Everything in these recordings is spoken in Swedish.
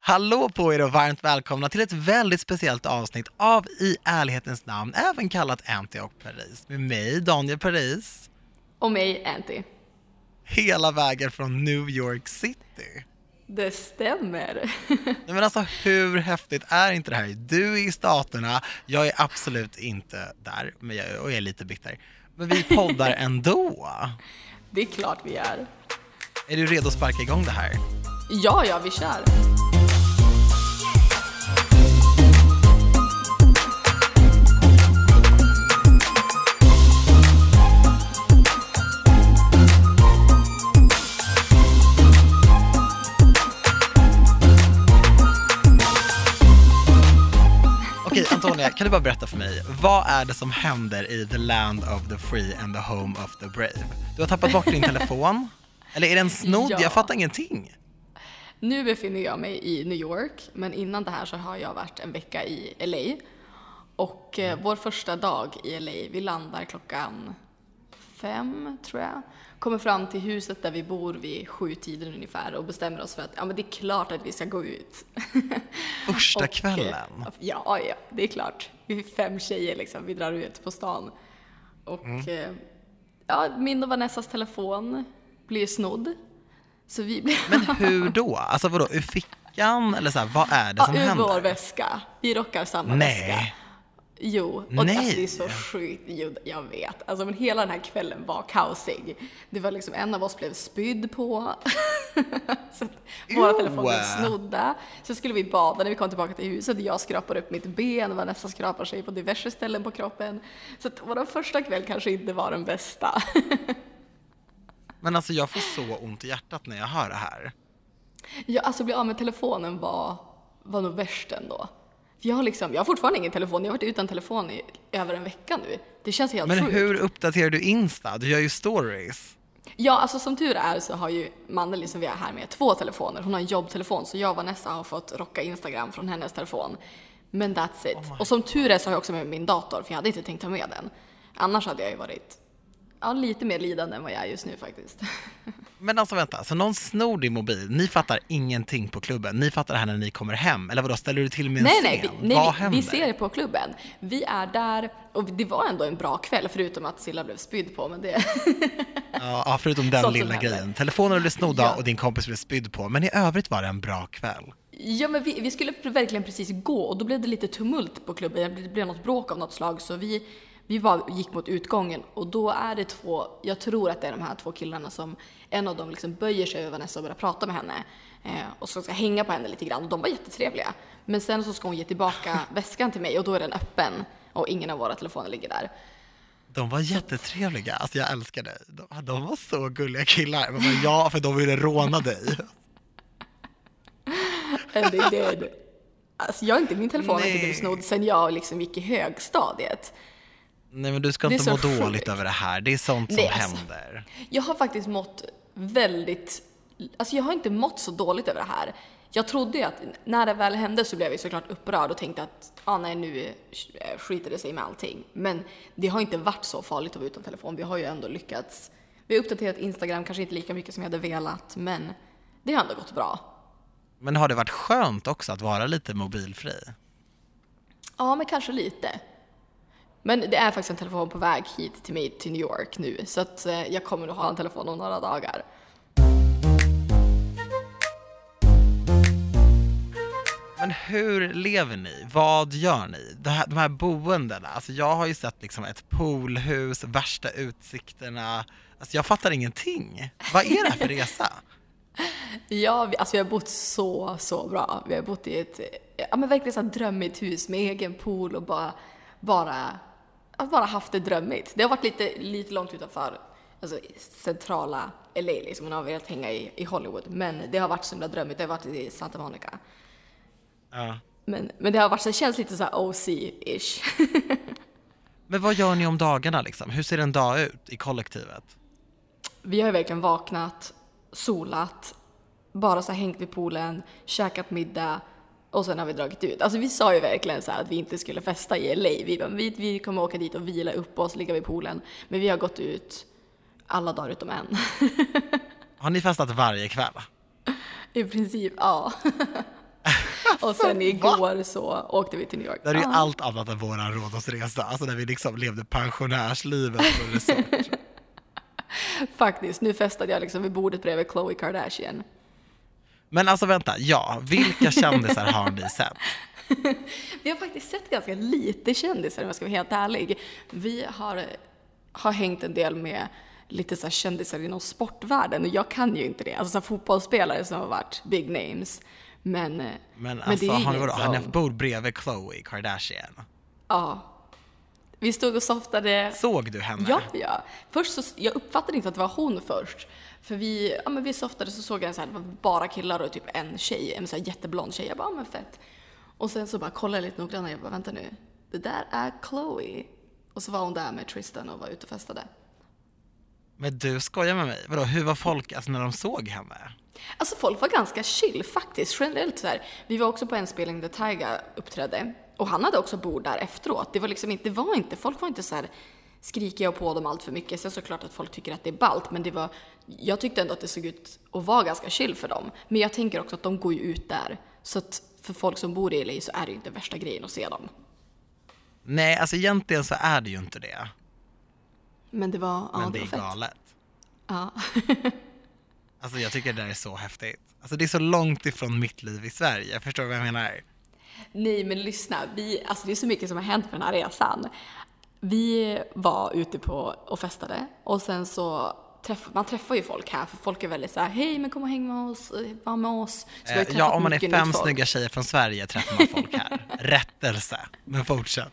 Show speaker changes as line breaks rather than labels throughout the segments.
Hallå på er och varmt välkomna till ett väldigt speciellt avsnitt av I ärlighetens namn, även kallat Anty och Paris. Med mig, Daniel Paris.
Och mig, Anty.
Hela vägen från New York City.
Det stämmer.
Nej, men alltså, hur häftigt är inte det här? Du är i Staterna, jag är absolut inte där, men jag är lite bitter. Men vi poddar ändå.
Det är klart vi är.
Är du redo att sparka igång det här?
Ja, vi kör.
Okej, Antonia, kan du bara berätta för mig, vad är det som händer i the land of the free and the home of the brave? Du har tappat bort din telefon? Eller är det en snodd?
Ja.
Jag fattar ingenting.
Nu befinner jag mig i New York, men innan det här så har jag varit en vecka i LA. Och vår första dag i LA, vi landar klockan 5, tror jag. Kommer fram till huset där vi bor vid 7-tiden ungefär och bestämmer oss för att men det är klart att vi ska gå ut.
Första kvällen?
Ja, det är klart. Vi är 5 tjejer liksom, vi drar ut på stan. Och min och Vanessas telefon blir snodd. Så vi blir...
Men hur då? Alltså vadå, ur fickan? Eller så här, vad är det som händer?
Ur vår väska. Vi rockar samma väska. Jo, och alltså, det är så sjukt. Jo, jag vet. Alltså, men hela den här kvällen var kaosig. Det var liksom, en av oss blev spydd på. Så våra telefoner snodda. Så skulle vi bada när vi kom tillbaka till huset. Jag skrapade upp mitt ben och Vanessa skrapar sig på diverse ställen på kroppen. Så att vår första kväll kanske inte var den bästa.
Men alltså jag får så ont i hjärtat när jag hör det här.
Ja, alltså bli av med telefonen var nog värst ändå. Jag har fortfarande ingen telefon. Jag har varit utan telefon i över en vecka nu. Det känns helt sjukt.
Men hur uppdaterar du Insta? Du gör ju stories.
Ja, alltså som tur är så har ju Mandeli som vi är här med 2 telefoner. Hon har en jobbtelefon, så jag och Vanessa har fått rocka Instagram från hennes telefon. Men that's it. Och som tur är så har jag också med min dator, för jag hade inte tänkt ta med den. Annars hade jag ju varit lite mer lidande än vad jag är just nu faktiskt.
Men alltså vänta, så någon snor din mobil, ni fattar ingenting på klubben, ni fattar det här när ni kommer hem, eller vadå, ställer du till med en scen?
Nej, vi ser det på klubben. Vi är där, och det var ändå en bra kväll, förutom att Silla blev spydd på, men det...
Ja, förutom den lilla grejen. Telefonen blev snodda och din kompis blev spydd på, men i övrigt var det en bra kväll.
Ja, men vi skulle verkligen precis gå, och då blev det lite tumult på klubben, det blev något bråk av något slag, så vi bara gick mot utgången, och då är det 2, jag tror att det är de här 2 killarna som, en av dem liksom böjer sig över Vanessa och börjar prata med henne och så ska hänga på henne lite grann, och de var jättetrevliga. Men sen så ska hon ge tillbaka väskan till mig, och då är den öppen och ingen av våra telefoner ligger där.
De var jättetrevliga, alltså jag älskar det. De var så gulliga killar. Men ja, för de ville råna dig.
And they did. Alltså min telefon har inte blivit snodd sen jag liksom gick i högstadiet.
Nej, men du ska inte må dåligt över det här. Det är sånt som händer.
Jag har faktiskt mått jag har inte mått så dåligt över det här. Jag trodde ju att när det väl hände så blev jag såklart upprörd och tänkte att nu skiter det sig med allting. Men det har inte varit så farligt att vara utan telefon. Vi har ju ändå lyckats. Vi har uppdaterat Instagram, kanske inte lika mycket som jag hade velat, men det har ändå gått bra. Men
har det varit skönt också att vara lite mobilfri?
Ja, men kanske lite. Men det är faktiskt en telefon på väg hit till mig till New York nu. Så att jag kommer att ha en telefon om några dagar.
Men hur lever ni? Vad gör ni? De här boendena. Alltså jag har ju sett liksom ett poolhus, värsta utsikterna. Alltså jag fattar ingenting. Vad är det här för resa?
Ja, vi har bott så bra. Vi har bott i ett verkligen så här drömmigt hus med egen pool och bara haft det drömmigt. Det har varit lite långt utanför centrala LA liksom. Man har velat hänga i Hollywood, men det har varit så himla drömmigt. Det har varit i Santa Monica.
Ja.
Men det har varit, det känns lite så här OC-ish.
Men vad gör ni om dagarna liksom? Hur ser en dag ut i kollektivet?
Vi har ju verkligen vaknat, solat, bara så här hängt vid poolen, käkat middag och sen har vi dragit ut. Alltså vi sa ju verkligen så här att vi inte skulle festa i LA. Vi kommer åka dit och vila upp oss, ligga vid poolen. Men vi har gått ut alla dagar utom en.
Har ni festat varje kväll?
I princip, ja. Och sen igår så åkte vi till New York.
Det är ju allt annat än våran Rhodosresa. Alltså när vi liksom levde pensionärslivet på resort.
Faktiskt, nu festade jag liksom vid bordet bredvid Khloe Kardashian.
Men alltså vänta, vilka kändisar har ni sett?
Vi har faktiskt sett ganska lite kändisar om jag ska vara helt ärlig. Vi har hängt en del med lite så här kändisar inom sportvärlden och jag kan ju inte det. Alltså så här fotbollsspelare som har varit big names. Men
alltså, har ni haft bord bredvid Khloe Kardashian?
Ja. Vi stod och softade.
Såg du henne?
Ja. Först så, jag uppfattade inte att det var hon först. För vi softade så såg jag en så här, det var bara killar och typ en tjej, en så här jätteblond tjej. Jag bara, men fett. Och sen så bara kollade jag lite noggrannare. Jag bara, vänta nu. Det där är Khloe. Och så var hon där med Tristan och var ute och festade.
Men du skojar med mig. Vadå, hur var folk alltså, när de såg henne?
Alltså folk var ganska chill faktiskt. Generellt så här. Vi var också på en spelning där Tyga uppträdde. Och han hade också bord där efteråt. Det var liksom inte, folk var inte så här skrikiga och på dem allt för mycket. Så såklart att folk tycker att det är ballt. Men jag tyckte ändå att det såg ut att vara ganska chill för dem. Men jag tänker också att de går ju ut där. Så att för folk som bor i LA så är det ju inte värsta grejen att se dem.
Nej, alltså egentligen så är det ju inte det.
Men det var,
men
det
är
var
galet.
Ja.
Alltså jag tycker det där är så häftigt. Alltså det är så långt ifrån mitt liv i Sverige. Jag förstår vad jag menar.
Nej, men lyssna. Alltså det är så mycket som har hänt på den här resan. Vi var ute och festade. Och sen så man träffar ju folk här. För folk är väldigt så här, hej men kom och häng med oss. Var med oss.
Ja, om man är 5 snygga tjejer från Sverige träffar man folk här. Rättelse. Men fortsätt.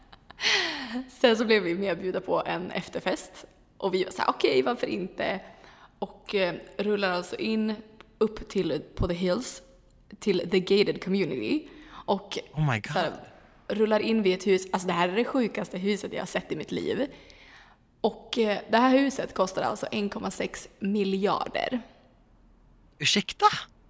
Sen så blev vi medbjudna på en efterfest. Och vi var så här, okej, varför inte? Och rullar alltså in upp på The Hills. Till The Gated Community. Och
oh my God.
Så här, rullar in vid ett hus. Alltså det här är det sjukaste huset jag har sett i mitt liv. Och det här huset kostar alltså 1,6 miljarder.
Ursäkta?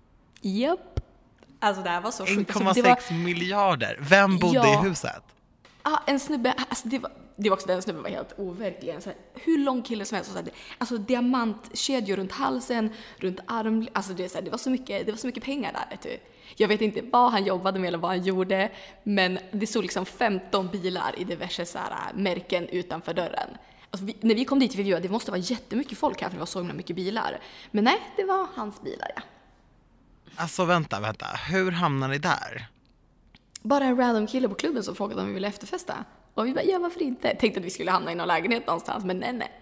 Japp. Alltså det här var så sjukt.
1,6 miljarder. Vem bodde i huset?
En snubbe. Alltså det var också den snubben var helt overklig. Så här, hur lång kille som helst. Så här, alltså diamantkedjor runt halsen, runt arm. Alltså det var så mycket pengar där, vet du. Jag vet inte vad han jobbade med eller vad han gjorde. Men det stod liksom 15 bilar i diverse så här, märken utanför dörren. Alltså när vi kom dit vi det måste vara jättemycket folk här för det var så mycket bilar. Men nej, det var hans bilar, ja.
Alltså vänta. Hur hamnade ni där?
Bara en random kille på klubben som frågade om vi ville efterfesta. Och vi bara, ja varför inte? Tänkte att vi skulle hamna i någon lägenhet någonstans, men nej,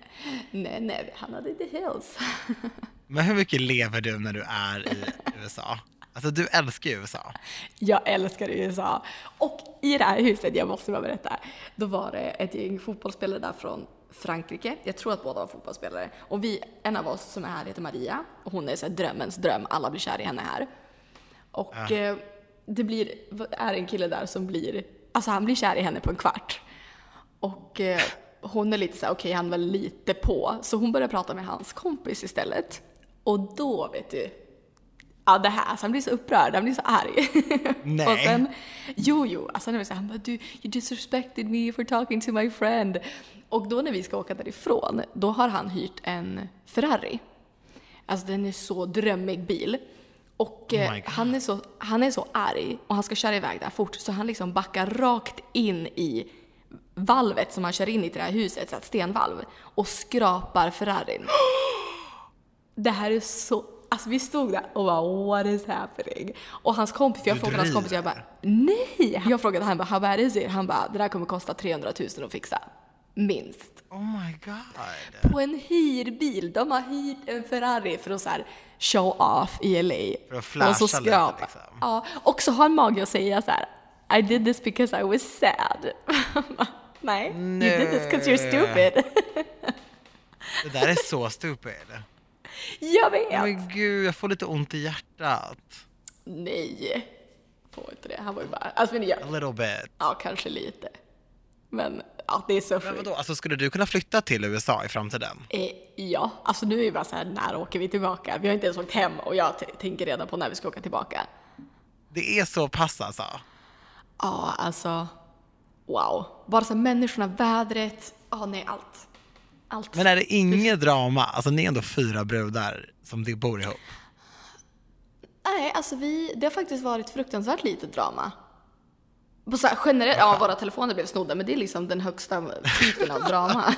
vi hamnade i The Hills.
Men hur mycket lever du när du är i USA? Alltså du älskar ju USA.
Jag älskar USA. Och i det här huset, jag måste bara berätta, då var det ett gäng fotbollsspelare där från Frankrike. Jag tror att båda var fotbollsspelare. Och en av oss som är här heter Maria. Och hon är så här drömmens dröm. Alla blir kär i henne här. Och det är en kille där som han blir kär i henne på en kvart. Och hon är lite så här, okej, han var lite på. Så hon börjar prata med hans kompis istället. Och då, vet du, det här, så han blir så upprörd, han blir så arg.
Nej.
Och sen, alltså han bara, you disrespected me for talking to my friend. Och då när vi ska åka därifrån, då har han hyrt en Ferrari. Alltså den är så drömmig bil. Och han är så arg och han ska köra iväg där fort så han liksom backar rakt in i valvet som han kör in i till det här huset, så ett stenvalv, och skrapar Ferrarin. Det här är så... Alltså vi stod där och bara, what is happening? Och hans kompis, jag frågade hans kompis, jag bara, nej! Jag frågade han bara, how bad is it? Han bara, det där kommer kosta 300 000 att fixa. Minst.
Oh my God.
På en hyrbil. De har hyrt en Ferrari för att så här show off i LA.
För att flasha lite liksom.
Ja, och så har han mage att säga så här, I did this because I was sad. Nej, you did this because you're stupid.
Det där är så stupid.
Jag vet.
Men gud, jag får lite ont i hjärtat.
Nej, får inte det. Han var ju bara... Alltså, men
a little bit.
Ja, kanske lite. Men ja, det är så sjukt.
Men vadå? Alltså, skulle du kunna flytta till USA i framtiden?
Ja, alltså nu är det bara så här, när åker vi tillbaka? Vi har inte ens åkt hem och jag tänker redan på när vi ska åka tillbaka.
Det är så pass alltså?
Ja, alltså... Wow. Bara så här, människorna, vädret, nej, allt.
Men är det inget drama? Alltså ni är ändå 4 brudar som bor ihop.
Nej, alltså det har faktiskt varit fruktansvärt lite drama. På så här, generellt, ja, våra telefoner blev snodda, men det är liksom den högsta typen av drama.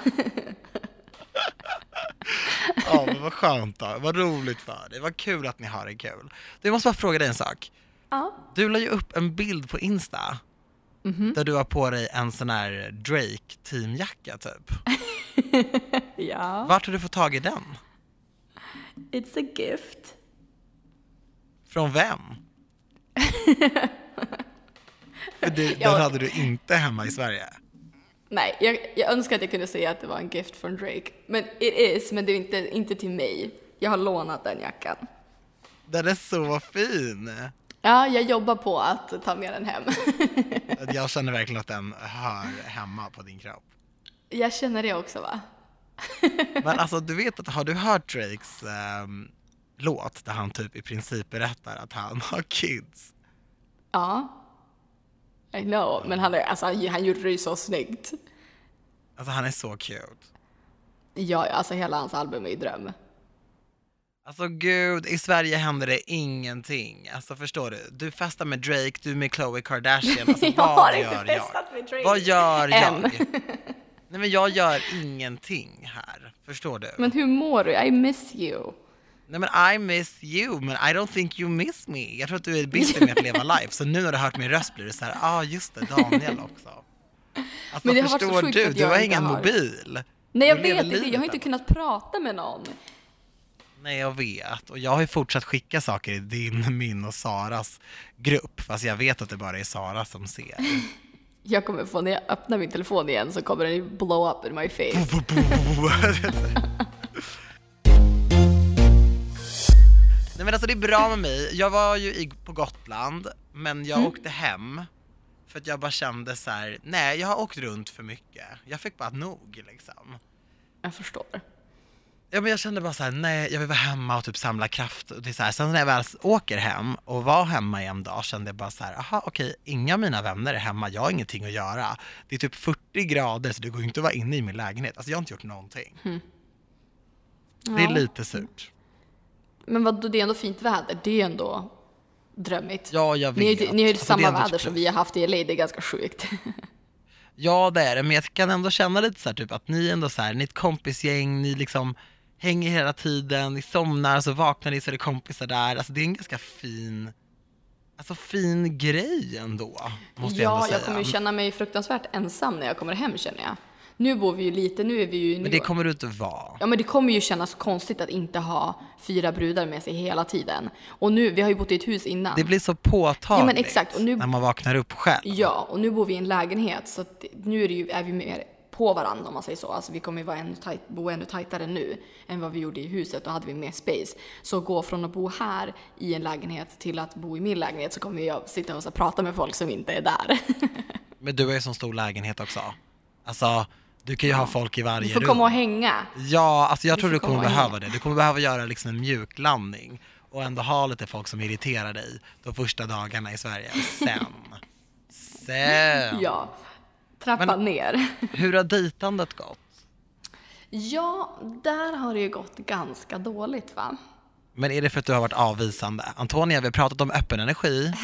Ja, men vad skönt då. Vad roligt för dig. Vad kul att ni har det kul. Du, måste bara fråga dig en sak.
Ja.
Du la ju upp en bild på Insta där du har på dig en sån här Drake-teamjacka typ.
Ja.
Vart har du fått tag i den?
It's a gift.
Från vem? För den hade du inte hemma i Sverige.
Nej, jag önskar att jag kunde säga att det var en gift från Drake. Men it is, men det är inte till mig. Jag har lånat den jackan.
Den är så fin.
Ja, jag jobbar på att ta med den hem.
Jag känner verkligen att den hör hemma på din kropp.
Jag känner det också, va?
Men alltså, du vet att, har du hört Drakes låt där han typ i princip berättar att han har kids?
Ja. I know, men han gjorde det ju så snyggt.
Alltså han är så cute.
Ja, alltså hela hans album är ju dröm.
Alltså gud, i Sverige händer det ingenting. Alltså förstår du? Du festar med Drake, du med Khloe Kardashian. Alltså,
jag har inte festat med Drake.
Vad gör jag? Nej, men jag gör ingenting här. Förstår du?
Men hur mår du? I miss you.
Nej, men I miss you, men I don't think you miss me. Jag tror att du är busy med att leva life. Så nu när du har hört min röst blir det så här, just det, Daniel också. Alltså
men det
förstår du har ingen mobil.
Nej, jag vet det. Jag har inte kunnat prata med någon.
Nej, jag vet. Och jag har ju fortsatt skicka saker i din, min och Saras grupp. Fast jag vet att det bara är Sara som ser.
Jag kommer få, när jag öppnar min telefon igen så kommer den ju blow up in my face.
Nej, men alltså det är bra med mig. Jag var ju på Gotland, men jag åkte hem. För att jag bara kände så här, nej, jag har åkt runt för mycket. Jag fick bara nog liksom.
Jag förstår.
Ja, men jag kände bara så här, nej, jag vill vara hemma och typ samla kraft. Och det är så här, sen när jag väl åker hem och var hemma i en dag kände jag bara så här, okej, inga av mina vänner är hemma, jag har ingenting att göra. Det är typ 40 grader så det går ju inte att vara inne i min lägenhet. Alltså jag har inte gjort någonting. Det är lite surt.
Men vad, det är ändå fint väder, det är ändå drömmigt.
Ja, jag vet.
Ni har ju samma väder som vi har haft i LA, det är ganska sjukt.
Ja, det är det, men jag kan ändå känna lite så här, typ att ni ändå så här, ni är ett kompisgäng, ni liksom hänger hela tiden, ni somnar så vaknar ni så är det kompisar där. Alltså det är en ganska fin grej ändå, måste jag ändå säga.
Jag kommer ju känna mig fruktansvärt ensam när jag kommer hem, känner jag. Nu bor vi ju lite, nu är vi ju...
Men det kommer du inte vara.
Ja, men det kommer ju kännas konstigt att inte ha 4 brudar med sig hela tiden. Och nu, vi har ju bott i ett hus innan.
Det blir så påtagligt,
ja, men exakt. Och nu,
när man vaknar upp själv.
Ja, och nu bor vi i en lägenhet så att nu är vi mer på varandra, om man säger så. Alltså vi kommer ju vara bo ännu tajtare nu än vad vi gjorde i huset. Då hade vi mer space. Så gå från att bo här i en lägenhet till att bo i min lägenhet så kommer jag sitta och prata med folk som inte är där.
Men du är ju en sån stor lägenhet också. Alltså... Du kan ju ha folk i varje rum.
Du får komma och hänga.
Ja, alltså jag tror du kommer behöva det. Du kommer behöva göra liksom en mjuklandning. Och ändå ha lite folk som irriterar dig de första dagarna i Sverige. Sen.
Ja, trappa ner.
Hur har dejtandet gått?
Ja, där har det ju gått ganska dåligt, va?
Men är det för att du har varit avvisande? Antonia, vi har pratat om öppen energi.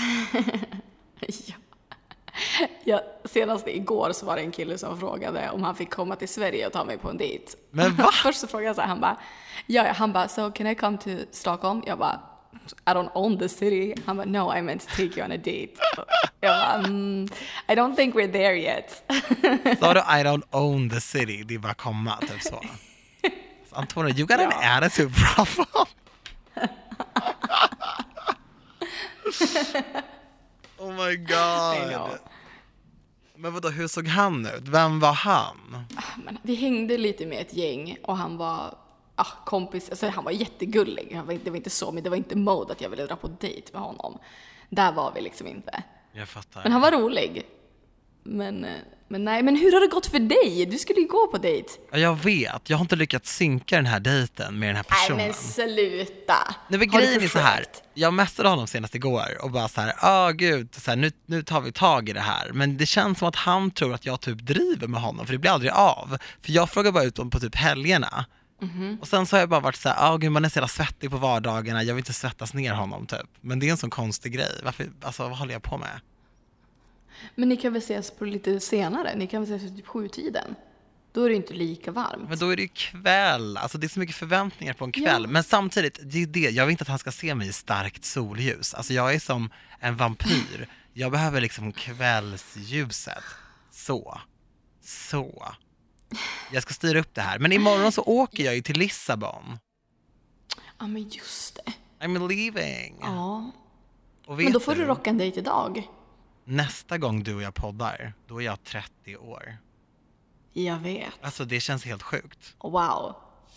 Ja, senast igår så var det en kille som frågade om han fick komma till Sverige och ta mig på en dejt.
Men va?
Först så frågade jag så här, han bara, so can I come to Stockholm? Jag bara, I don't own the city. Han bara, no, I meant to take you on a date. Jag bara, I don't think we're there yet.
Sa du I don't own the city? Det är bara komma, typ så. Antonia, you got an attitude problem. Oh my god. Men vadå, hur såg han ut? Vem var han?
Men vi hängde lite med ett gäng och han var kompis, alltså han var jättegullig. Det var inte så, men det var inte mode att jag ville dra på dejt med honom. Där var vi liksom inte.
Jag fattar.
Men han var rolig. Men nej, men hur har det gått för dig? Du skulle ju gå på dejt.
Ja, jag vet. Jag har inte lyckats synka den här dejten med den här personen.
Nej, men sluta.
Nej, men grejen är så här. Jag mästade honom senast igår och bara så här, gud, så här, nu tar vi tag i det här. Men det känns som att han tror att jag typ driver med honom, för det blir aldrig av. För jag frågar bara ut dem på typ helgerna. Och sen så har jag bara varit så här, gud, man är så jävla svettig på vardagarna, jag vill inte svettas ner honom typ. Men det är en sån konstig grej. Vad håller jag på med?
Men ni kan väl ses på lite senare? Ni kan väl ses typ 7-tiden? Då är det inte lika varmt.
Men då är det ju kväll. Alltså det är så mycket förväntningar på en kväll. Ja. Men samtidigt, det är det. Jag vill inte att han ska se mig i starkt solljus. Alltså jag är som en vampyr. Jag behöver liksom kvällsljuset. Så. Jag ska styra upp det här. Men imorgon så åker jag ju till Lissabon.
Ja, men just det.
I'm leaving.
Ja.
Och
men då får du rocka en dejt idag.
Nästa gång du och jag poddar, då är jag 30 år.
Jag vet.
Alltså det känns helt sjukt.
Wow.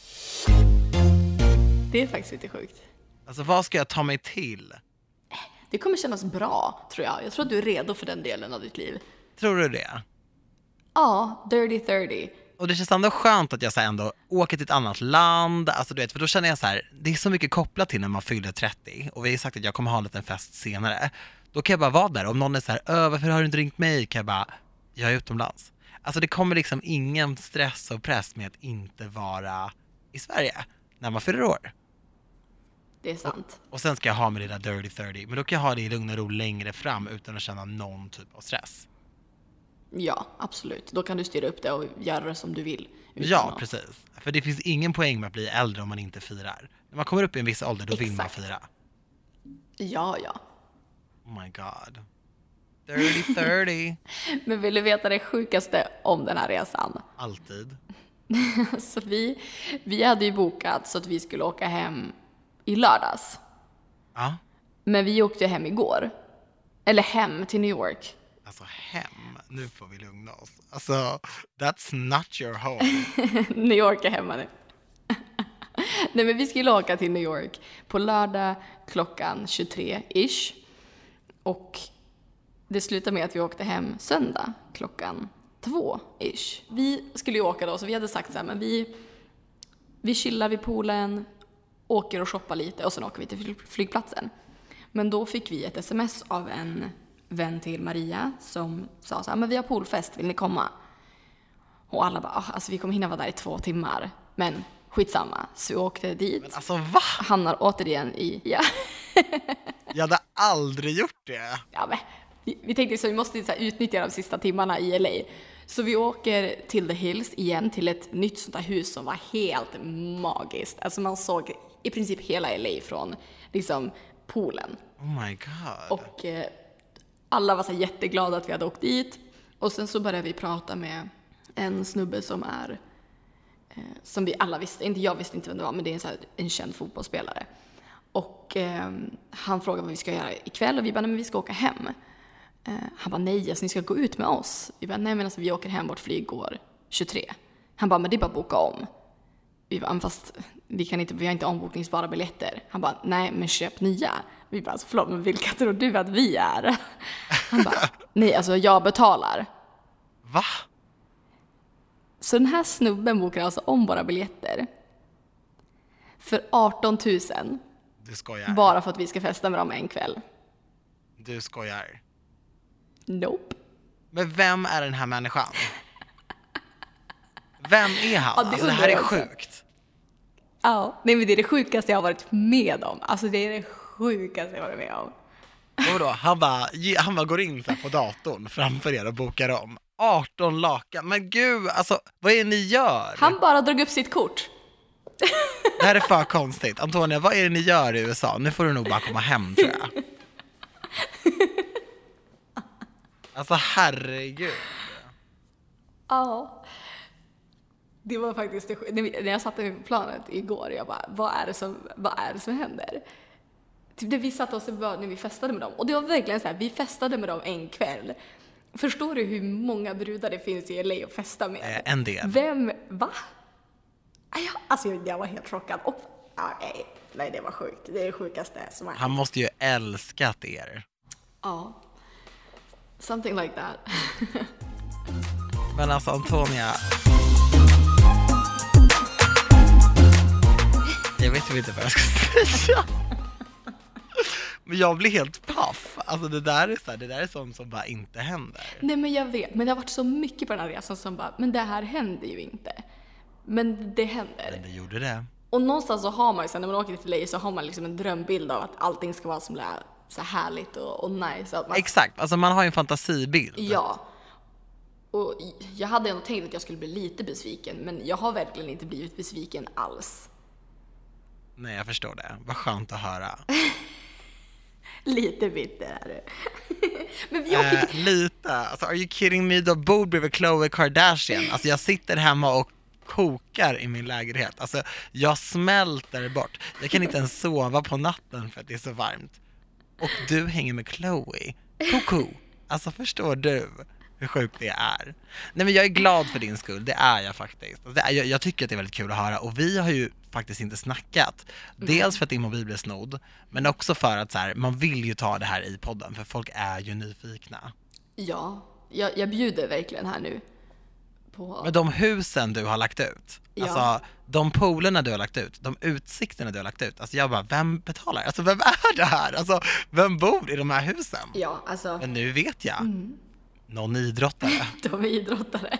Det är faktiskt lite sjukt.
Alltså vad ska jag ta mig till?
Det kommer kännas bra, tror jag. Jag tror att du är redo för den delen av ditt liv.
Tror du det?
Ja, dirty 30.
Och det känns ändå skönt att jag så här ändå åker till ett annat land. Alltså du vet, för då känner jag så här, det är så mycket kopplat till när man fyller 30. Och vi har sagt att jag kommer ha en liten fest senare. Då kan jag bara vara där. Om någon är så här, varför har du inte ringt mig? Kan jag bara, jag är utomlands. Alltså det kommer liksom ingen stress och press med att inte vara i Sverige när man fyller år.
Det är sant.
Och sen ska jag ha min lilla dirty 30. Men då kan jag ha det i lugn och ro längre fram utan att känna någon typ av stress.
Ja, absolut. Då kan du styra upp det och göra det som du vill.
Ja, precis. För det finns ingen poäng med att bli äldre om man inte firar. När man kommer upp i en viss ålder, då vill man fira.
Ja.
Oh my god. Dirty 30.
Men vill du veta det sjukaste om den här resan?
Alltid.
Så vi hade ju bokat så att vi skulle åka hem i lördags.
Ja.
Men vi åkte hem igår. Eller hem till New York.
Alltså hem, nu får vi lugna oss. Alltså, that's not your home.
New York är hemma nu. Nej, men vi skulle åka till New York på lördag klockan 23-ish. Och det slutade med att vi åkte hem söndag klockan 2-ish. Vi skulle ju åka då, så vi hade sagt så här, men vi chillar vid poolen, åker och shoppar lite och sen åker vi till flygplatsen. Men då fick vi ett sms av en vän till Maria som sa så här, men vi har poolfest, vill ni komma? Och alla bara, alltså vi kommer hinna vara där i 2 timmar. Men skitsamma, så vi åkte dit.
Men alltså va?
Hamnar återigen i,
Jag hade aldrig gjort det.
Ja, men vi tänkte så vi måste så här utnyttja de sista timmarna i LA. Så vi åker till The Hills igen, till ett nytt sånt här hus som var helt magiskt. Alltså man såg i princip hela LA från liksom poolen.
Oh my god.
Och alla var så jätteglada att vi hade åkt dit. Och sen så började vi prata med en snubbe som är som vi alla visste, jag visste inte vem det var, men det är en känd fotbollsspelare. Och han frågade vad vi ska göra ikväll och vi bara, nej men vi ska åka hem. Han bara, nej, alltså ni ska gå ut med oss. Vi bara, nej men alltså vi åker hem, vårt flyg går 23. Han bara, men det är bara att boka om. Vi bara, fast vi har inte ombokningsbara biljetter. Han bara, nej men köp nya. Vi bara, alltså förlåt, men vilka tror du att vi är? Han bara, nej alltså jag betalar.
Va?
Så den här snubben bokar alltså om våra biljetter för 18 000.
Du skojar.
Bara för att vi ska festa med dem en kväll.
Du skojar.
Nope.
Men vem är den här människan? Vem är han?
Ja,
alltså det här är sjukt.
Ja, nej men det är det sjukaste jag har varit med om. Alltså det är det sjukaste jag har varit med om.
Och då, han bara går in så här på datorn framför er och bokar om 18 lakan. Men gud, alltså vad är det ni gör?
Han bara drog upp sitt kort.
Det här är för konstigt. Antonia, vad är det ni gör i USA? Nu får du nog bara komma hem, tror jag. Alltså herregud.
Ja. Det var faktiskt när jag satt på planet igår, jag bara, vad är det som händer? Typ det vi satt oss när vi festade med dem. Och det var verkligen så här, vi festade med dem en kväll. Förstår du hur många brudar det finns i LA att festa med?
En del.
Vem? Va? Alltså jag var helt chockad. Och, nej, det var sjukt. Det är det sjukaste som har hänt.
Han måste ju älskat er.
Ja. Something like that.
Men alltså Antonia, jag vet inte vad jag ska säga. Men jag blir helt paff. Alltså det där är sånt som bara inte händer.
Nej men jag vet, men det har varit så mycket på den här resan som bara, men det här händer ju inte. Men det händer.
Men det gjorde det.
Och någonstans så har man ju, när man åker till LA så har man liksom en drömbild av att allting ska vara som så härligt och nice. Att
Exakt, alltså man har ju en fantasibild.
Ja. Och jag hade ändå tänkt att jag skulle bli lite besviken, men jag har verkligen inte blivit besviken alls.
Nej, jag förstår det. Vad skönt att höra.
Lite bitter är det. Men
lite. Alltså, are you kidding me? Då bor bredvid Khloe Kardashian. Alltså jag sitter hemma och kokar i min lägenhet. Alltså jag smälter bort. Jag kan inte ens sova på natten för att det är så varmt. Och du hänger med Khloe. Koko. Alltså förstår du hur sjukt det är? Nej, men jag är glad för din skull. Det är jag faktiskt. Alltså, jag tycker att det är väldigt kul att höra. Och vi har ju faktiskt inte snackat. Dels för att din mobil blev snodd, men också för att så här, man vill ju ta det här i podden. För folk är ju nyfikna.
Ja, jag bjuder verkligen här nu.
Men de husen du har lagt ut,
ja.
Alltså de poolerna du har lagt ut, de utsikterna du har lagt ut, alltså jag bara, vem betalar? Alltså vem är det här? Alltså vem bor i de här husen?
Ja, alltså.
Men nu vet jag. Någon idrottare.
De är idrottare.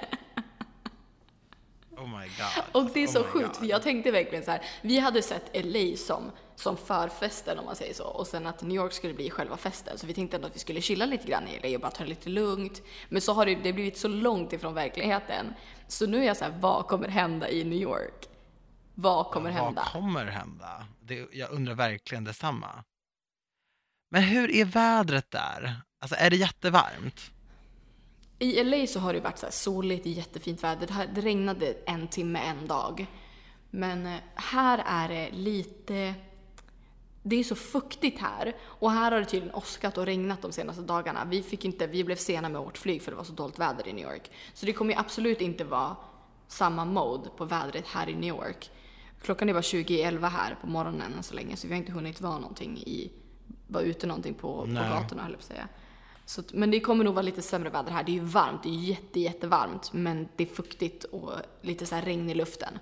Oh my god.
Och det är så sjukt, för jag tänkte verkligen så här, vi hade sett LA som förfesten om man säger så, och sen att New York skulle bli själva festen, så vi tänkte ändå att vi skulle chilla lite grann i LA och bara ta det lite lugnt, men så har det blivit så långt ifrån verkligheten, så nu är jag så här, vad kommer hända i New York? Vad kommer hända?
Vad kommer hända? Jag undrar verkligen detsamma. Men hur är vädret där? Alltså är det jättevarmt?
I LA så har det varit så här soligt, jättefint väder. Det regnade 1 timme en dag. Men här är det lite... Det är så fuktigt här. Och här har det tydligen åskat och regnat de senaste dagarna. Vi blev sena med vårt flyg för det var så dåligt väder i New York. Så det kommer ju absolut inte vara samma mode på vädret här i New York. Klockan är bara 20:11 här på morgonen än så länge. Så vi har inte hunnit vara ute någonting på gatorna, höll jag på att säga. Så, men det kommer nog vara lite sämre väder här. Det är ju varmt, det är jättevarmt, men det är fuktigt och lite så här regn i luften.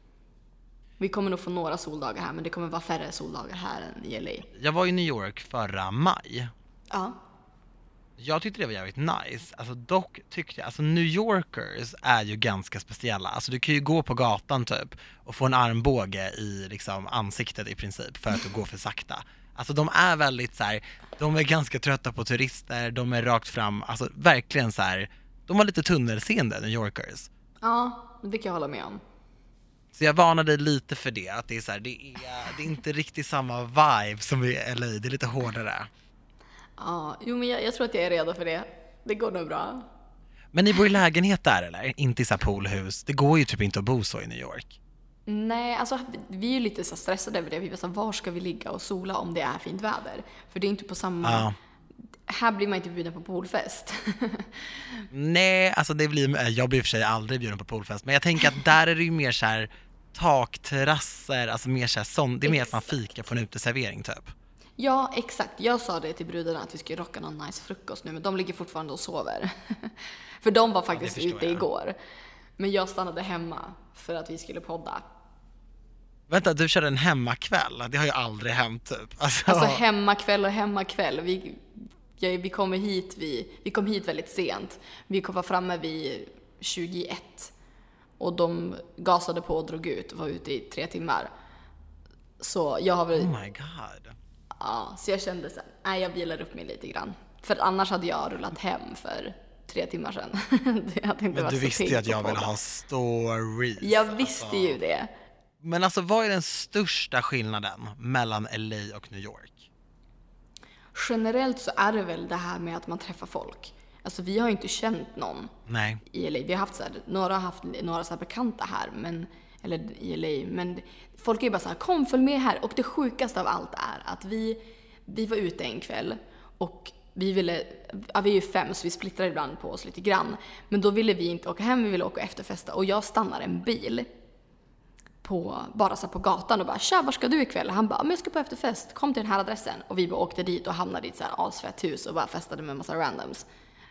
Vi kommer nog få några soldagar här, men det kommer vara färre soldagar här än i LA.
Jag var i New York förra maj.
Ja.
Jag tyckte det var jävligt nice. Alltså dock tyckte jag, alltså New Yorkers är ju ganska speciella. Alltså du kan ju gå på gatan typ och få en armbåge i liksom ansiktet i princip för att du går för sakta. Alltså de är väldigt så här, de är ganska trötta på turister, de är rakt fram, alltså verkligen så här, de har lite tunnelseende, New Yorkers.
Ja, det kan jag hålla med om.
Så jag varnar dig lite för det, att det är så här, det är inte riktigt samma vibe som i LA, det är lite hårdare.
Ja, jo men jag tror att jag är redo för det. Det går nog bra.
Men ni bor i lägenhet där eller? Inte i så här poolhus? Det går ju typ inte att bo så i New York.
Nej, alltså vi är ju lite så stressade över det. Vi vet var ska vi ligga och sola om det är fint väder? För det är inte på samma...
Ja.
Här blir man inte bjuden på poolfest.
Nej, alltså jag blir i och för sig aldrig bjuden på poolfest. Men jag tänker att där är det ju mer så här takterrasser, alltså mer så här det är mer att man fikar på en uteservering typ.
Ja, exakt. Jag sa det till brudarna att vi skulle rocka någon nice frukost nu, men de ligger fortfarande och sover. För de var faktiskt ute igår. Men jag stannade hemma för att vi skulle podda.
Vänta, du körde en hemmakväll? Det har ju aldrig hänt typ.
Alltså hemmakväll och hemmakväll. Vi kom hit väldigt sent. Vi kom framme vid 21. Och de gasade på och drog ut och var ute i 3 timmar. Så jag har väl...
Oh my god.
Ja, så jag kände så här, jag vilar upp mig lite grann. För annars hade jag rullat hem för 3 timmar sedan. Det hade inte
men du visste ju att jag ville ha stories.
Jag visste ju det.
Men alltså, vad är den största skillnaden mellan LA och New York?
Generellt så är det väl det här med att man träffar folk. Alltså vi har ju inte känt någon.
Nej.
I LA. Vi har haft några så här bekanta här, eller i LA, men folk är bara så här, kom följ med här. Och det sjukaste av allt är att vi var ute en kväll och vi är ju 5 så vi splittrar ibland på oss lite grann. Men då ville vi inte åka hem, vi ville åka efterfesta. Och jag stannar en bil bara så på gatan och bara, tja, var ska du ikväll? Han bara, men jag ska på efterfest, kom till den här adressen. Och vi bara åkte dit och hamnade i ett så här asfett hus och bara festade med en massa randoms.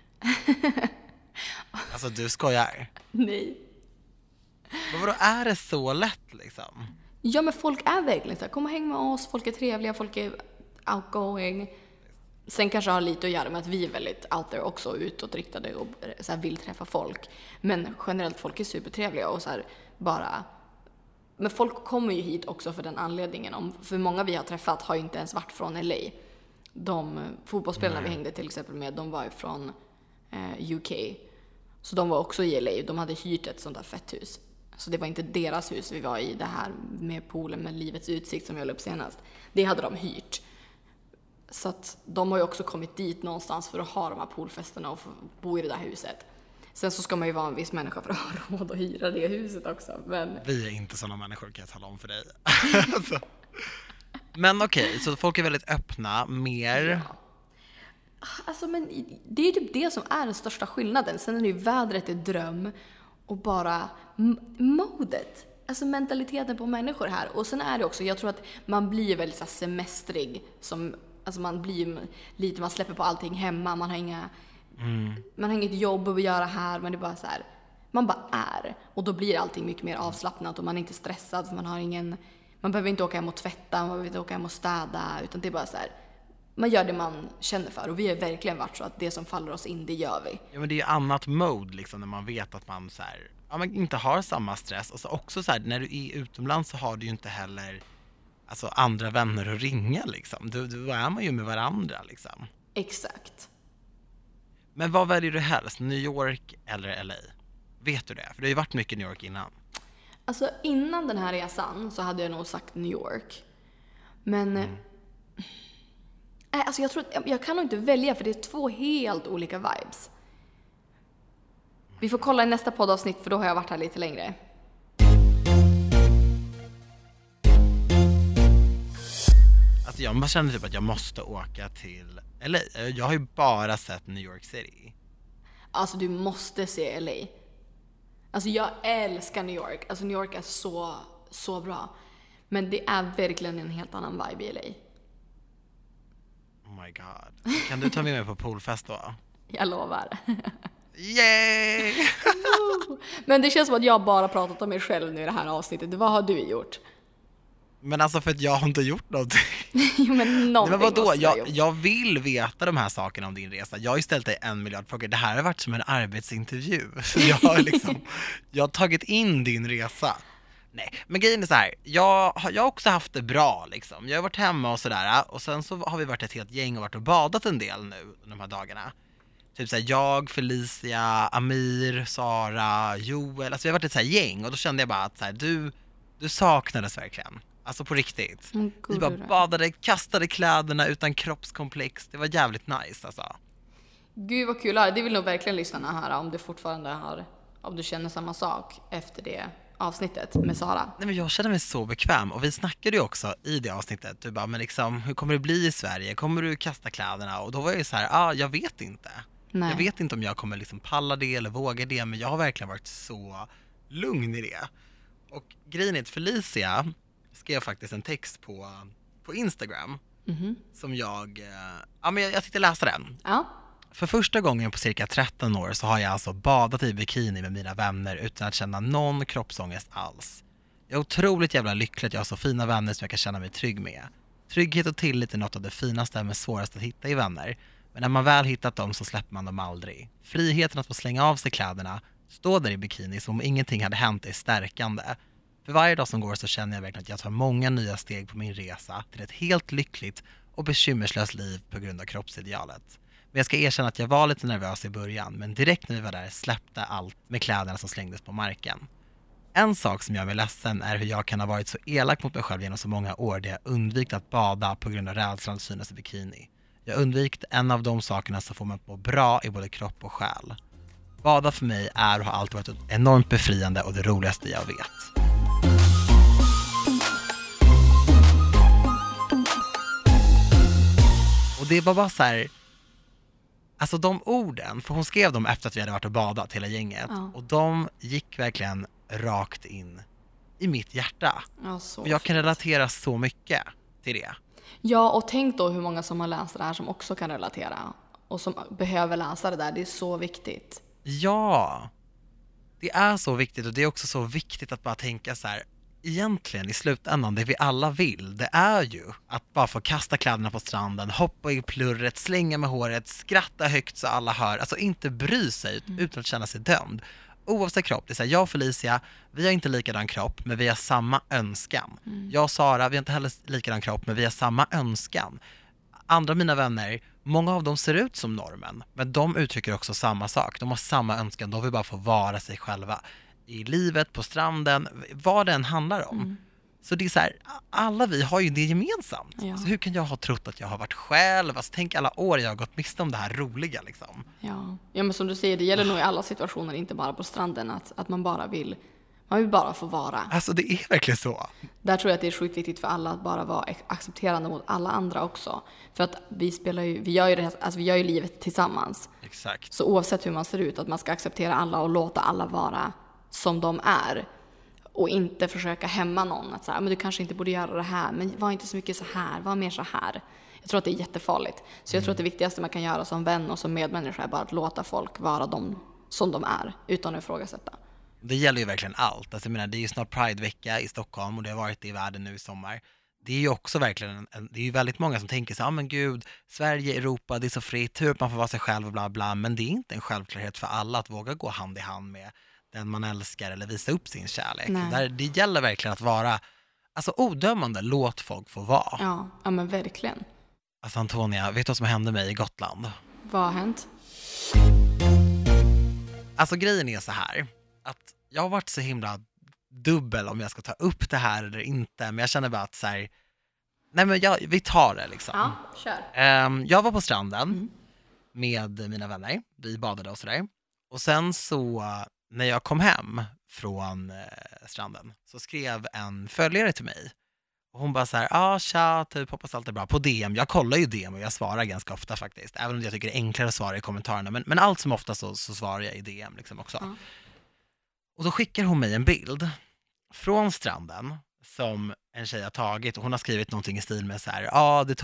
Alltså du skojar?
Nej.
Men vadå, är det så lätt liksom?
Ja, men folk är verkligen så här, kom och häng med oss, folk är trevliga, folk är outgoing. Sen kanske har lite att göra med att vi är väldigt out there också, utåtriktade och så här vill träffa folk. Men generellt folk är supertrevliga och så här bara... Men folk kommer ju hit också för den anledningen. För många vi har träffat har ju inte ens varit från LA. De fotbollsspelarna vi hängde till exempel med, de var ju från UK. Så de var också i LA. De hade hyrt ett sånt där fett hus. Så det var inte deras hus vi var i, det här med poolen med livets utsikt som jag höll upp senast. Det hade de hyrt. Så att de har ju också kommit dit någonstans för att ha de här poolfesterna och få bo i det där huset. Sen så ska man ju vara en viss människa för att ha råd att hyra det huset också. Men...
Vi är inte sådana människor, kan jag tala om för dig. Alltså. Men okej, så folk är väldigt öppna, mer...
Ja. Alltså men det är ju typ det som är den största skillnaden. Sen är det ju vädret är dröm och bara modet. Alltså mentaliteten på människor här. Och sen är det också, jag tror att man blir väldigt så här semestrig. Alltså man blir lite, man släpper på allting hemma. Man har inget jobb att göra här, men det är bara så här, man bara är. Och då blir allting mycket mer avslappnat och man är inte stressad. För man behöver inte åka hem och tvätta, man behöver inte åka hem och städa. Utan det är bara så här, man gör det man känner för. Och vi har verkligen varit så att det som faller oss in, det gör vi.
Ja, men det är ju annat mode liksom, när man vet att man så här, ja, man inte har samma stress. Och så också så här, när du är utomlands så har du ju inte heller alltså andra vänner att ringa liksom. Då är man ju med varandra liksom.
Exakt.
Men vad väljer du helst? New York eller LA? Vet du det? För det har ju varit mycket New York innan.
Alltså innan den här resan så hade jag nog sagt New York. Men alltså jag tror att jag kan nog inte välja, för det är 2 helt olika vibes. Vi får kolla i nästa poddavsnitt, för då har jag varit här lite längre.
Alltså jag känner typ att jag måste åka till LA. Jag har ju bara sett New York City.
Alltså du måste se LA. Alltså jag älskar New York. Alltså New York är så bra. Men det är verkligen en helt annan vibe i LA.
Oh my god. Kan du ta med mig på poolfest då?
Jag lovar.
Yay!
Men det känns som att jag bara pratat om mig själv nu i det här avsnittet. Vad har du gjort?
Men alltså för att jag har inte gjort någonting.
Jo, men någonting.
Men vadå?
Måste jag
Jag vill veta de här sakerna om din resa. Jag har ju ställt dig 1 miljard frågor. Det här har varit som en arbetsintervju. Så jag har tagit in din resa. Nej, men grejen är så här. Jag har också haft det bra liksom. Jag har varit hemma och sådär. Och sen så har vi varit ett helt gäng och varit och badat en del nu de här dagarna. Typ såhär, jag, Felicia, Amir, Sara, Joel. Alltså vi har varit ett så här gäng. Och då kände jag bara att så här, du saknades verkligen. Alltså på riktigt. Vi bara badade, kastade kläderna utan kroppskomplex. Det var jävligt nice alltså.
Gud vad kul. Det vill nog verkligen lyssnarna höra om du fortfarande om du känner samma sak efter det avsnittet med Sara.
Nej, men jag känner mig så bekväm. Och vi snackade ju också i det avsnittet. Du bara, men liksom, hur kommer det bli i Sverige? Kommer du kasta kläderna? Och då var jag ju så här, jag vet inte. Nej. Jag vet inte om jag kommer liksom palla det eller våga det. Men jag har verkligen varit så lugn i det. Och grejen är att Felicia skrev faktiskt en text på Instagram som jag tänkte läsa den.
Ja.
För första gången på cirka 13 år så har jag alltså badat i bikini med mina vänner utan att känna någon kroppsångest alls. Jag är otroligt jävla lycklig att jag har så fina vänner som jag kan känna mig trygg med. Trygghet och tillit är något av det finaste men svårast att hitta i vänner. Men när man väl hittat dem så släpper man dem aldrig. Friheten att få slänga av sig kläderna, stå där i bikini som om ingenting hade hänt är stärkande. För varje dag som går så känner jag verkligen att jag tar många nya steg på min resa till ett helt lyckligt och bekymmerslöst liv på grund av kroppsidealet. Men jag ska erkänna att jag var lite nervös i början, men direkt när vi var där släppte allt med kläderna som slängdes på marken. En sak som gör mig ledsen är hur jag kan ha varit så elak mot mig själv genom så många år där jag undvikit att bada på grund av rädslan att synas i bikini. Jag undvikit en av de sakerna som får mig att må bra i både kropp och själ. Bada för mig är och har alltid varit enormt befriande och det roligaste jag vet. Och det var bara så här, alltså de orden, för hon skrev dem efter att vi hade varit och badat hela gänget. Ja. Och de gick verkligen rakt in i mitt hjärta. Ja, och jag kan relatera så mycket till det.
Ja, och tänk då hur många som har läst det här som också kan relatera. Och som behöver läsa det där, det är så viktigt.
Ja, det är så viktigt och det är också så viktigt att bara tänka så här, egentligen i slutändan, det vi alla vill, det är ju att bara få kasta kläderna på stranden, hoppa i plurret, slänga med håret, skratta högt så alla hör, alltså inte bry sig utan att känna sig dömd. Oavsett kropp, det är så här, jag och Felicia, vi har inte likadan kropp, men vi har samma önskan. Jag och Sara, vi har inte heller likadan kropp, men vi har samma önskan. Andra av mina vänner, många av dem ser ut som normen, men de uttrycker också samma sak. De har samma önskan, de vill bara få vara sig själva. I livet, på stranden, vad det än handlar om. Så det är så här, alla vi har ju det gemensamt.
Ja.
Så hur kan jag ha trott att jag har varit själv? Alltså, tänk alla år jag har gått miste om det här roliga liksom.
Ja, men som du säger, det gäller nog i alla situationer, inte bara på stranden, att man vill bara få vara.
Alltså det är verkligen så.
Där tror jag att det är sjukt viktigt för alla att bara vara accepterande mot alla andra också. För att vi gör ju livet tillsammans.
Exakt.
Så oavsett hur man ser ut, att man ska acceptera alla och låta alla vara som de är. Och inte försöka hämma någon. Att så här, men du kanske inte borde göra det här, men var inte så mycket så här, var mer så här. Jag tror att det är jättefarligt. Så jag tror att det viktigaste man kan göra som vän och som medmänniska är bara att låta folk vara de som de är, utan att ifrågasätta.
Det gäller ju verkligen allt. Alltså, jag menar, det är ju snart Pride-vecka i Stockholm och det har varit det i världen nu i sommar. Det är ju också verkligen, det är ju väldigt många som tänker så, men gud, Sverige, Europa, det är så fritt, hur man får vara sig själv och bla bla, men det är inte en självklarhet för alla att våga gå hand i hand med den man älskar eller visa upp sin kärlek. Där det gäller verkligen att vara, alltså odömande, låt folk få vara.
Ja men verkligen.
Alltså Antonia, vet du vad som hände mig i Gotland?
Vad har hänt?
Alltså grejen är så här, att jag har varit så himla dubbel om jag ska ta upp det här eller inte, men jag känner bara att så här, nej men vi tar det liksom.
Ja, kör.
Jag var på stranden med mina vänner, vi badade och sådär. Och sen så, när jag kom hem från stranden så skrev en följare till mig. Och hon bara så här, tja, typ hoppas allt är bra. På DM, jag kollar ju DM och jag svarar ganska ofta faktiskt. Även om jag tycker det är enklare att svara i kommentarerna. Men allt som ofta så svarar jag i DM liksom också. Och då skickar hon mig en bild från stranden som en tjej har tagit. Och hon har skrivit någonting i stil med så här, det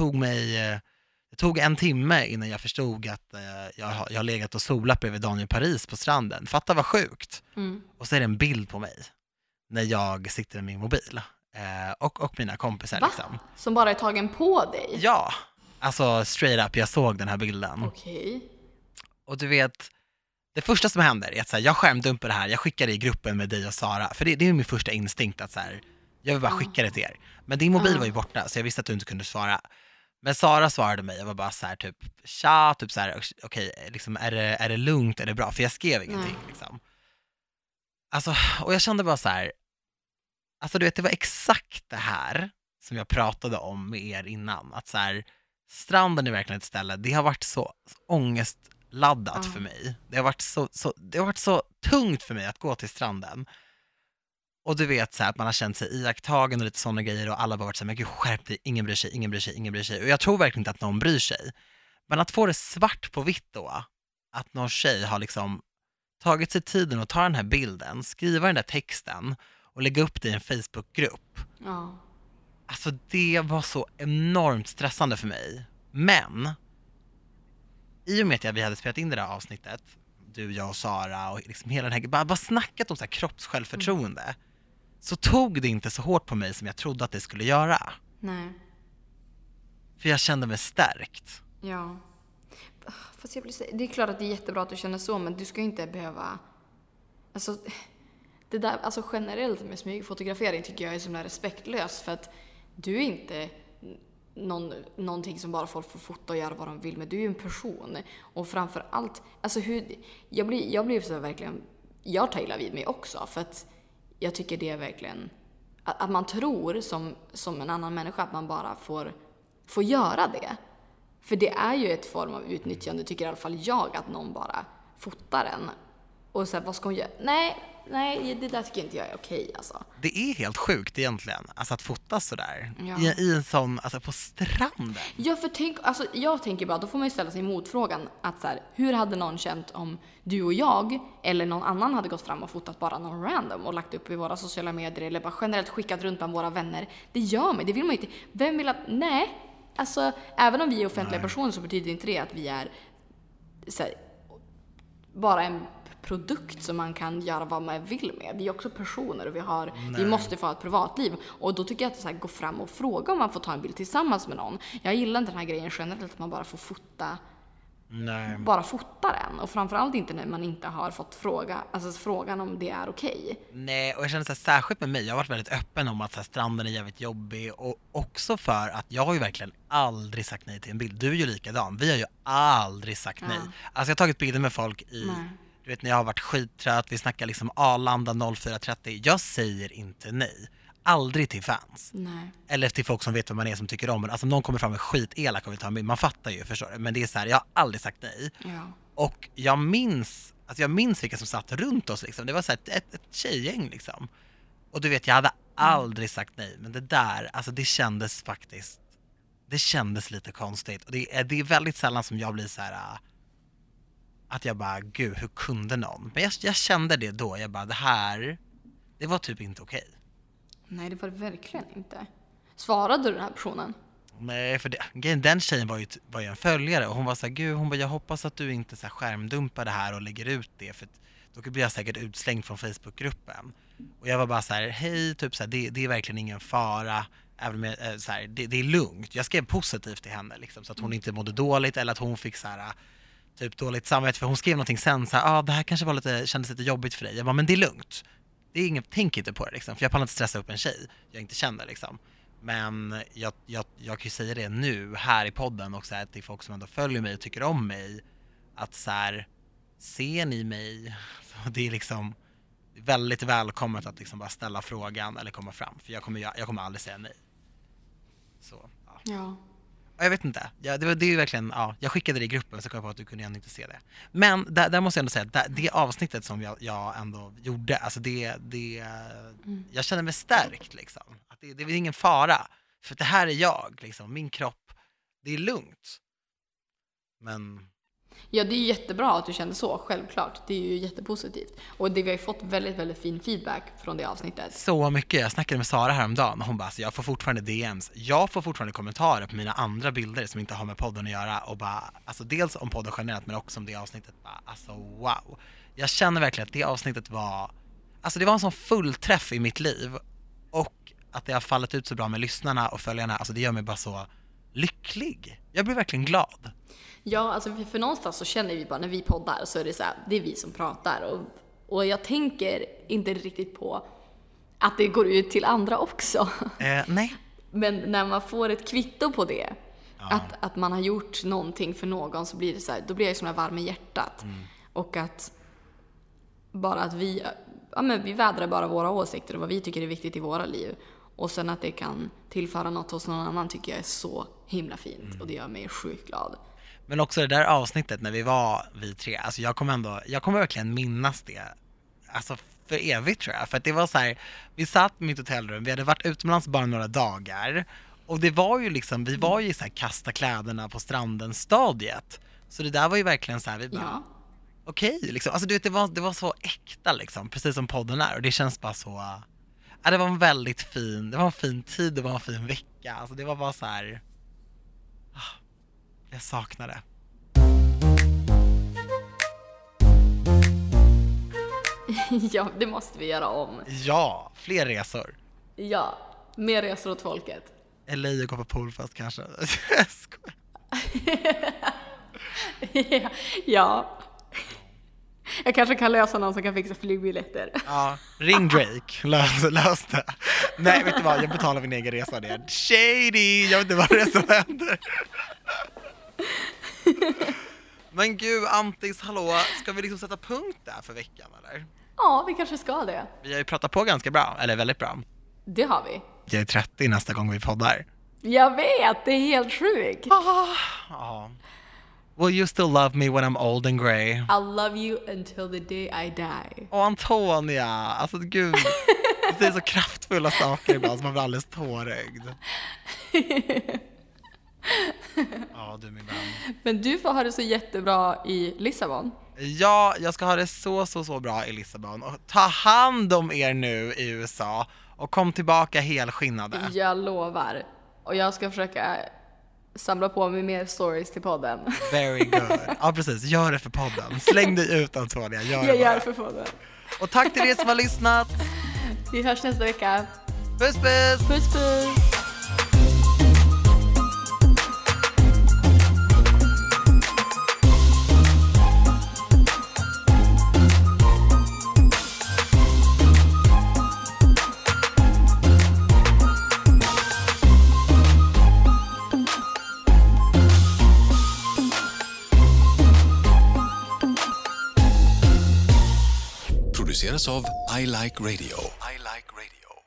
tog en timme innan jag förstod att jag har legat och solat bredvid Daniel Paris på stranden. Fatta vad sjukt. Och så är det en bild på mig när jag sitter med min mobil. Och mina kompisar.
Va?
Liksom.
Som bara är tagen på dig?
Ja, alltså straight up, jag såg den här bilden.
Okej.
Och du vet, det första som händer är att så här, jag skärmdumpar det här, jag skickar det i gruppen med dig och Sara. För det är min första instinkt att så här, jag vill bara skicka det till er. Men din mobil var ju borta, så jag visste att du inte kunde svara. Men Sara svarade mig, jag var bara så här typ, tja, typ så här, okej, liksom, är det lugnt, är det bra? För jag skrev ingenting liksom. Alltså, och jag kände bara så här, alltså du vet, det var exakt det här som jag pratade om med er innan. Att så här, stranden är verkligen ett ställe, det har varit så ångestladdat för mig. Det har varit så tungt för mig att gå till stranden. Och du vet så här, att man har känt sig iakttagen och lite sådana grejer och alla har varit så här, men gud, skärp dig, ingen bryr sig. Och jag tror verkligen inte att någon bryr sig. Men att få det svart på vitt då, att någon tjej har liksom tagit sig tiden att ta den här bilden, skriva den där texten och lägga upp det i en Facebookgrupp.
Ja.
Alltså det var så enormt stressande för mig. Men i och med att vi hade spelat in det där avsnittet, du, jag och Sara och liksom hela den här, bara snackat om så här kroppssjälvförtroende, så tog det inte så hårt på mig som jag trodde att det skulle göra.
Nej.
För jag kände mig stärkt.
Ja. Fast det är klart att det är jättebra att du känner så, men du ska ju inte behöva, alltså det där, alltså generellt med smygfotografering tycker jag är så respektlöst, för att du är inte någonting som bara folk får fota och göra vad de vill, men du är ju en person. Och framför allt, alltså jag blir så verkligen, jag tar illa vid mig också, för att jag tycker det är verkligen att man tror som en annan människa att man bara får göra det. För det är ju ett form av utnyttjande, tycker i alla fall jag, att någon bara fotar en. Och så här, vad ska hon göra? Nej, det där tycker inte jag är okej, alltså.
Det är helt sjukt egentligen, alltså att fota sådär.
Ja.
I en sån, alltså på stranden.
Ja, för jag tänker bara, då får man ju ställa sig motfrågan att så här, hur hade någon känt om du och jag eller någon annan hade gått fram och fotat bara någon random och lagt upp i våra sociala medier eller bara generellt skickat runt bland våra vänner. Det gör mig, det vill man ju inte. Vem vill att, nej. Alltså, även om vi är offentliga personer så betyder inte det att vi är så här, bara en produkt som man kan göra vad man vill med. Vi är också personer och vi måste få ha ett privatliv. Och då tycker jag att det är så här, gå fram och fråga om man får ta en bild tillsammans med någon. Jag gillar inte den här grejen generellt att man bara får fota.
Nej.
Bara fota den. Och framförallt inte när man inte har fått frågan om det är okej.
Nej, och jag känner så här, särskilt med mig, jag har varit väldigt öppen om att så här, stranden är jävligt jobbig, och också för att jag har ju verkligen aldrig sagt nej till en bild. Du är ju likadan, vi har ju aldrig sagt nej. Alltså jag har tagit bilder med folk du vet när jag har varit skittrött, vi snackar liksom Arlanda 04:30, jag säger inte nej. Aldrig till fans.
Nej.
Eller till folk som vet vad man är, som tycker om det. Alltså om någon kommer fram med skitelak och vill ta en bild, man fattar ju, förstår du. Men det är så här, jag har aldrig sagt nej.
Ja.
Och jag minns vilka som satt runt oss liksom. Det var så här ett tjejgäng liksom. Och du vet, jag hade aldrig sagt nej. Men det där, alltså det kändes faktiskt, det kändes lite konstigt. Och det är väldigt sällan som jag blir så här, att jag bara, gud, hur kunde någon? Men jag kände det då, jag bara, det var typ inte okej.
Nej, det var det verkligen inte. Svarade du den här personen?
Nej, för den tjejen var ju en följare, och hon var så här, gud, hon bara, jag hoppas att du inte så här skärmdumpar det här och lägger ut det, för då blir jag säkert utslängd från Facebookgruppen. Och jag var bara så här, hej, typ så här, det är verkligen ingen fara, även med så här, det är lugnt. Jag skrev positivt till henne liksom, så att hon inte mådde dåligt, eller att hon fick så här typ dåligt samvete, för hon skrev någonting sen så här, det här kanske kändes lite jobbigt för dig. Jag bara, men det är lugnt. Det är inget, tänk inte på det liksom, för jag pallar inte stressa upp en tjej jag inte känner liksom. Men jag kan ju säga det nu här i podden och så här, till folk som ändå följer mig och tycker om mig, att så här, ser ni mig? Så det är liksom väldigt välkommet att liksom bara ställa frågan eller komma fram, för jag kommer aldrig säga nej. Så
ja.
Jag vet inte. Det är ju verkligen, jag skickade det i gruppen, så kom jag på att du kunde ändå inte se det. Men där måste jag ändå säga att det avsnittet som jag ändå gjorde, alltså jag känner mig stärkt liksom. Att det är ingen fara, för det här är jag liksom, min kropp, det är lugnt. Men
ja, det är ju jättebra att du kände så, självklart. Det är ju jättepositivt. Och vi har ju fått väldigt, väldigt fin feedback från det avsnittet.
Så mycket. Jag snackade med Sara häromdagen, och hon bara, alltså, jag får fortfarande DMs. Jag får fortfarande kommentarer på mina andra bilder som inte har med podden att göra. Och bara, alltså dels om podden generellt, men också om det avsnittet. Bara, alltså wow. Jag känner verkligen att det avsnittet var, alltså det var en sån fullträff i mitt liv. Och att det har fallit ut så bra med lyssnarna och följarna, alltså det gör mig bara så lycklig. Jag blir verkligen glad.
Ja, alltså för någonstans så känner vi bara, när vi poddar så är det så här, det är vi som pratar, och jag tänker inte riktigt på att det går ut till andra också.
Nej.
Men när man får ett kvitto på det, att man har gjort någonting för någon, så blir det så här, då blir jag så varm i hjärtat. Och att bara att vi vädrar bara våra åsikter och vad vi tycker är viktigt i våra liv. Och sen att det kan tillföra något hos någon annan tycker jag är så himla fint. Och det gör mig sjukt glad.
Men också det där avsnittet när vi tre, alltså jag kommer verkligen minnas det, alltså för evigt tror jag. För att det var så här, vi satt i mitt hotellrum, vi hade varit utomlands bara några dagar, och det var ju liksom, vi var ju så här, kasta kläderna på stranden stadiet. Så det där var ju verkligen så här, vi bara, okej, liksom. Alltså du vet, det var så äkta liksom, precis som podden är, och det känns bara så, det var en fin tid, det var en fin vecka, alltså det var bara så här, jag saknar det.
Ja, det måste vi göra om.
Ja, fler resor.
Ja, mer resor åt folket.
Eller gå på poolfest kanske.
Ja. Jag kanske kan lösa någon som kan fixa flygbiljetter.
Ja, ring Drake. Lös det. Nej, vet du vad? Jag betalar min egen resa där. Shady! Jag vet inte vad det är som händer. Men gud, Antis, hallå. Ska vi liksom sätta punkt där för veckan, eller?
Ja, vi kanske ska det.
Vi har ju pratat på ganska bra, eller väldigt bra.
Det har vi.
Jag är 30 nästa gång vi poddar.
Jag vet, det är helt sjukt.
Will you still love me when I'm old and grey?
I'll love you until the day I die.
Åh, Antonia, alltså gud. Det är så kraftfulla saker ibland som man blir alldeles tårögd. Ja, du min vän.
Men du får ha det så jättebra i Lissabon.
Ja, jag ska ha det så bra i Lissabon. Och ta hand om er nu i USA. Och kom tillbaka helskinnade.
Jag lovar. Och jag ska försöka samla på mig mer stories till podden.
Very good. Ja, precis. Gör det för podden. Släng dig ut, Antonia.
Jag gör det för podden.
Och tack till er som har lyssnat.
Vi hörs nästa vecka.
Puss, puss!
Puss, puss!
Produceras av I Like Radio. I Like Radio.